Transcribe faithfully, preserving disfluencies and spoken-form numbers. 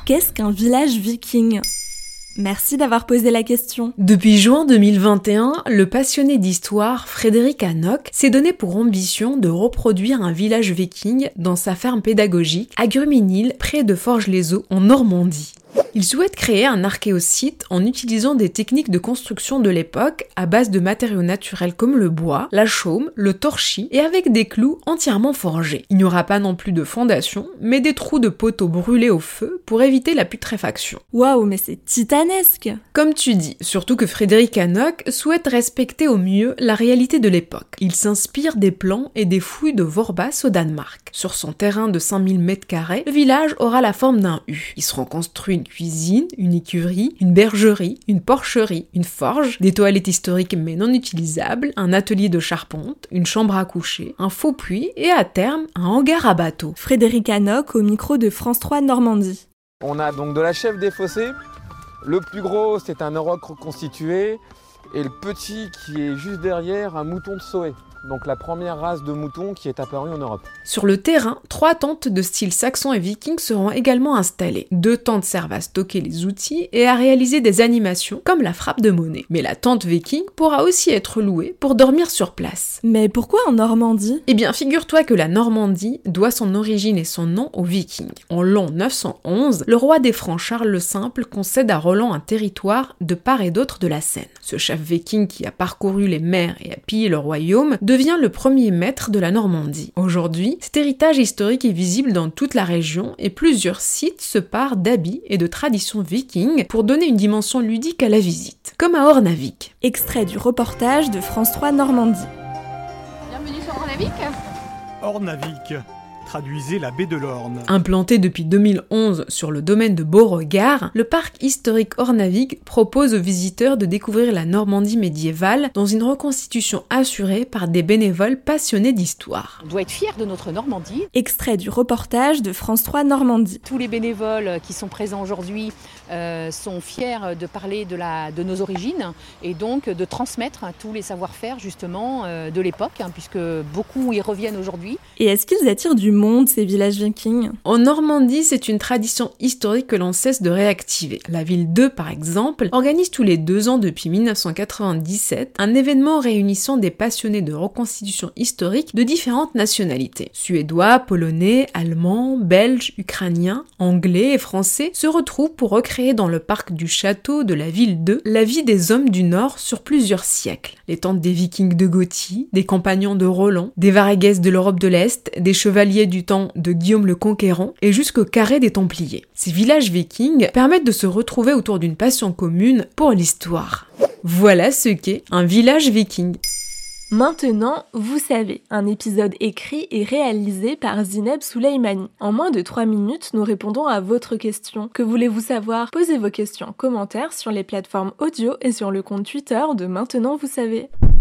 Qu'est-ce qu'un village viking ? Merci d'avoir posé la question. Depuis juin deux mille vingt et un, le passionné d'histoire Frédéric Hanok s'est donné pour ambition de reproduire un village viking dans sa ferme pédagogique à Gruménil, près de Forges-les-Eaux, en Normandie. Il souhaite créer un archéosite en utilisant des techniques de construction de l'époque à base de matériaux naturels comme le bois, la chaume, le torchis et avec des clous entièrement forgés. Il n'y aura pas non plus de fondation, mais des trous de poteaux brûlés au feu pour éviter la putréfaction. Waouh, mais c'est titanesque! Comme tu dis, surtout que Frédéric Hanok souhaite respecter au mieux la réalité de l'époque. Il s'inspire des plans et des fouilles de Vorbas au Danemark. Sur son terrain de cinq mille mètres carrés, le village aura la forme d'un U. Ils seront construits une cuisine, une écurie, une bergerie, une porcherie, une forge, des toilettes historiques mais non utilisables, un atelier de charpente, une chambre à coucher, un faux puits et à terme un hangar à bateau. Frédéric Hanok au micro de France trois Normandie. On a donc de la chèvre des fossés. Le plus gros, c'est un auroch reconstitué. Et le petit qui est juste derrière, un mouton de Soé. Donc la première race de mouton qui est apparue en Europe. Sur le terrain, trois tentes de style saxon et viking seront également installées. Deux tentes servent à stocker les outils et à réaliser des animations comme la frappe de monnaie. Mais la tente viking pourra aussi être louée pour dormir sur place. Mais pourquoi en Normandie ? Eh bien, figure-toi que la Normandie doit son origine et son nom aux vikings. En l'an neuf cent onze, le roi des Francs Charles le Simple concède à Roland un territoire de part et d'autre de la Seine. Ce chef viking qui a parcouru les mers et a pillé le royaume devient le premier maître de la Normandie. Aujourd'hui, cet héritage historique est visible dans toute la région et plusieurs sites se parent d'habits et de traditions vikings pour donner une dimension ludique à la visite, comme à Ornavik. Extrait du reportage de France trois Normandie. Bienvenue sur Ornavik. Ornavik. Traduisez la baie de l'Orne. Implanté depuis deux mille onze sur le domaine de Beauregard, le parc historique Ornavik propose aux visiteurs de découvrir la Normandie médiévale dans une reconstitution assurée par des bénévoles passionnés d'histoire. On doit être fiers de notre Normandie. Extrait du reportage de France trois Normandie. Tous les bénévoles qui sont présents aujourd'hui euh, sont fiers de parler de, la, de nos origines et donc de transmettre tous les savoir-faire justement euh, de l'époque, hein, puisque beaucoup y reviennent aujourd'hui. Et est-ce qu'ils attirent du monde, ces villages vikings ? En Normandie, c'est une tradition historique que l'on cesse de réactiver. La ville d'Eu, par exemple, organise tous les deux ans depuis dix-neuf cent quatre-vingt-dix-sept un événement réunissant des passionnés de reconstitution historique de différentes nationalités. Suédois, polonais, allemands, belges, ukrainiens, anglais et français se retrouvent pour recréer dans le parc du château de la ville d'Eu la vie des hommes du Nord sur plusieurs siècles. Les tentes des vikings de Gothie, des compagnons de Roland, des Varéguès de l'Europe de l'Est, des chevaliers du temps de Guillaume le Conquérant et jusqu'au carré des Templiers. Ces villages vikings permettent de se retrouver autour d'une passion commune pour l'histoire. Voilà ce qu'est un village viking. Maintenant, vous savez, un épisode écrit et réalisé par Zineb Souleimani. En moins de trois minutes, nous répondons à votre question. Que voulez-vous savoir ? Posez vos questions en commentaire sur les plateformes audio et sur le compte Twitter de Maintenant vous savez.